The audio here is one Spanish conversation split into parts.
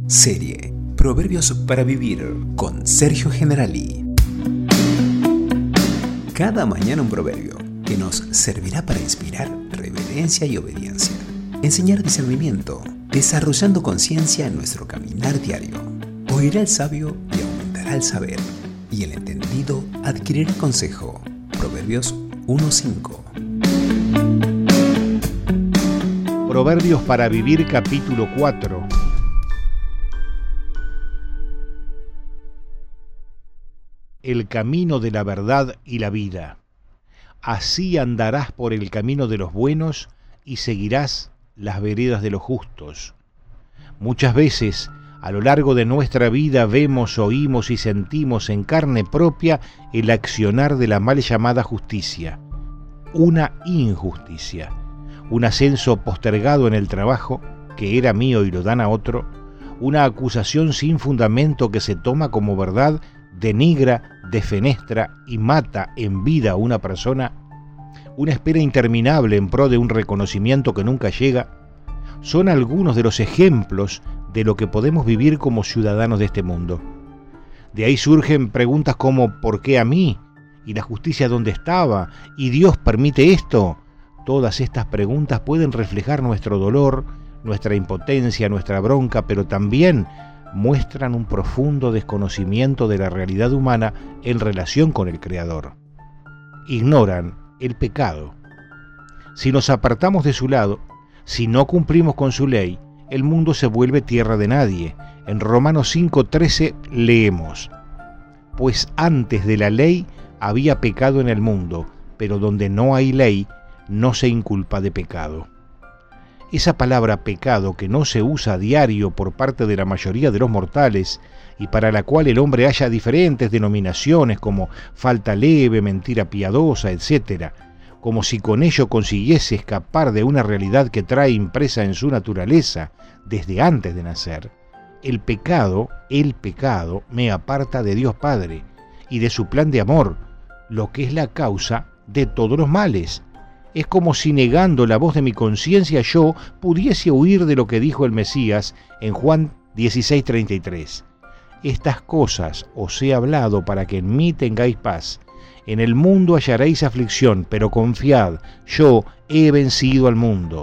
Serie Proverbios para Vivir con Sergio Generali. Cada mañana un proverbio que nos servirá para inspirar reverencia y obediencia, enseñar discernimiento, desarrollando conciencia en nuestro caminar diario. Oirá el sabio y aumentará el saber, y el entendido adquirirá consejo. Proverbios 1:5. Proverbios para Vivir, capítulo 4. El camino de la verdad y la vida. Así andarás por el camino de los buenos y seguirás las veredas de los justos. Muchas veces, a lo largo de nuestra vida, vemos, oímos y sentimos en carne propia el accionar de la mal llamada justicia. Una injusticia, un ascenso postergado en el trabajo, que era mío y lo dan a otro, una acusación sin fundamento que se toma como verdad, denigra, defenestra y mata en vida a una persona, una espera interminable en pro de un reconocimiento que nunca llega, son algunos de los ejemplos de lo que podemos vivir como ciudadanos de este mundo. De ahí surgen preguntas como ¿por qué a mí? ¿Y la justicia dónde estaba? ¿Y Dios permite esto? Todas estas preguntas pueden reflejar nuestro dolor, nuestra impotencia, nuestra bronca, pero también muestran un profundo desconocimiento de la realidad humana en relación con el Creador. Ignoran el pecado. Si nos apartamos de su lado, si no cumplimos con su ley, el mundo se vuelve tierra de nadie. En Romanos 5:13 leemos: Pues antes de la ley había pecado en el mundo, pero donde no hay ley, no se inculpa de pecado. Esa palabra pecado, que no se usa a diario por parte de la mayoría de los mortales y para la cual el hombre halla diferentes denominaciones como falta leve, mentira piadosa, etc., como si con ello consiguiese escapar de una realidad que trae impresa en su naturaleza desde antes de nacer, el pecado me aparta de Dios Padre y de su plan de amor, lo que es la causa de todos los males. Es como si negando la voz de mi conciencia yo pudiese huir de lo que dijo el Mesías en Juan 16:33. Estas cosas os he hablado para que en mí tengáis paz. En el mundo hallaréis aflicción, pero confiad, yo he vencido al mundo.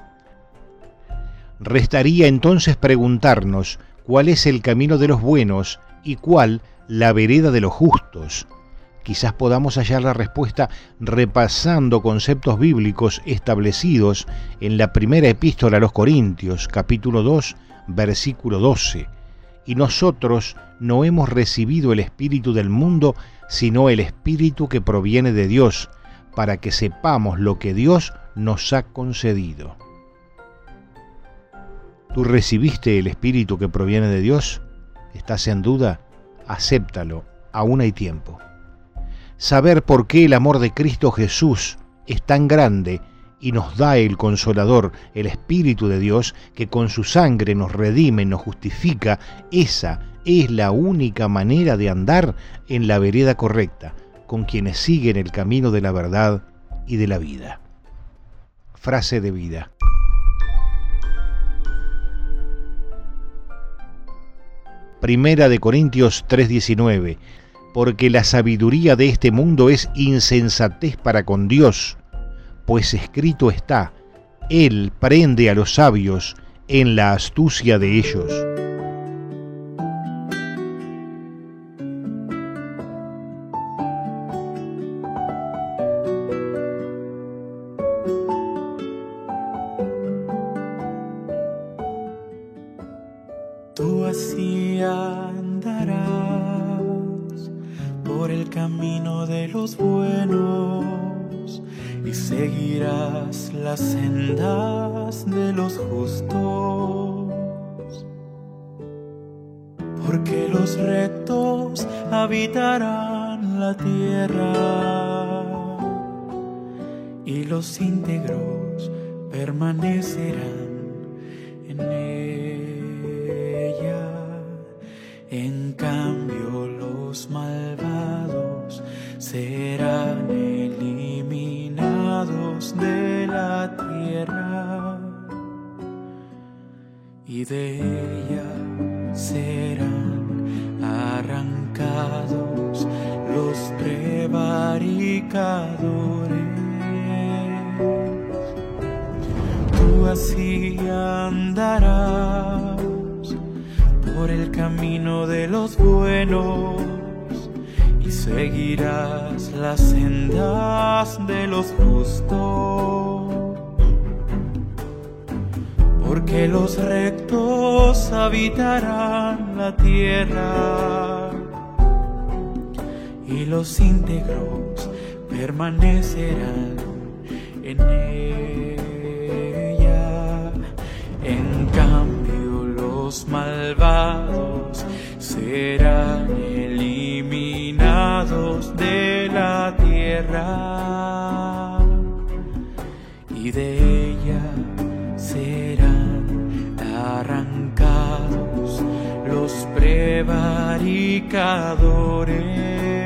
Restaría entonces preguntarnos cuál es el camino de los buenos y cuál la vereda de los justos. Quizás podamos hallar la respuesta repasando conceptos bíblicos establecidos en la primera epístola a los Corintios, capítulo 2, versículo 12. Y nosotros no hemos recibido el espíritu del mundo, sino el espíritu que proviene de Dios, para que sepamos lo que Dios nos ha concedido. ¿Tú recibiste el espíritu que proviene de Dios? ¿Estás en duda? Acéptalo, aún hay tiempo. Saber por qué el amor de Cristo Jesús es tan grande y nos da el Consolador, el Espíritu de Dios, que con su sangre nos redime, nos justifica, esa es la única manera de andar en la vereda correcta, con quienes siguen el camino de la verdad y de la vida. Frase de vida. Primera de Corintios 3:19. Porque la sabiduría de este mundo es insensatez para con Dios, pues escrito está, Él prende a los sabios en la astucia de ellos. Tú así andarás por el camino de los buenos y seguirás las sendas de los justos, porque los rectos habitarán la tierra y los íntegros permanecerán en ella. En cambio los malvados serán eliminados de la tierra y de ella serán arrancados los prevaricadores. Tú así andarás por el camino de los buenos y seguirás las sendas de los justos, porque los rectos habitarán la tierra y los íntegros permanecerán en ella. En cambio, los malvados serán eliminados de la tierra y de ella serán arrancados los prevaricadores.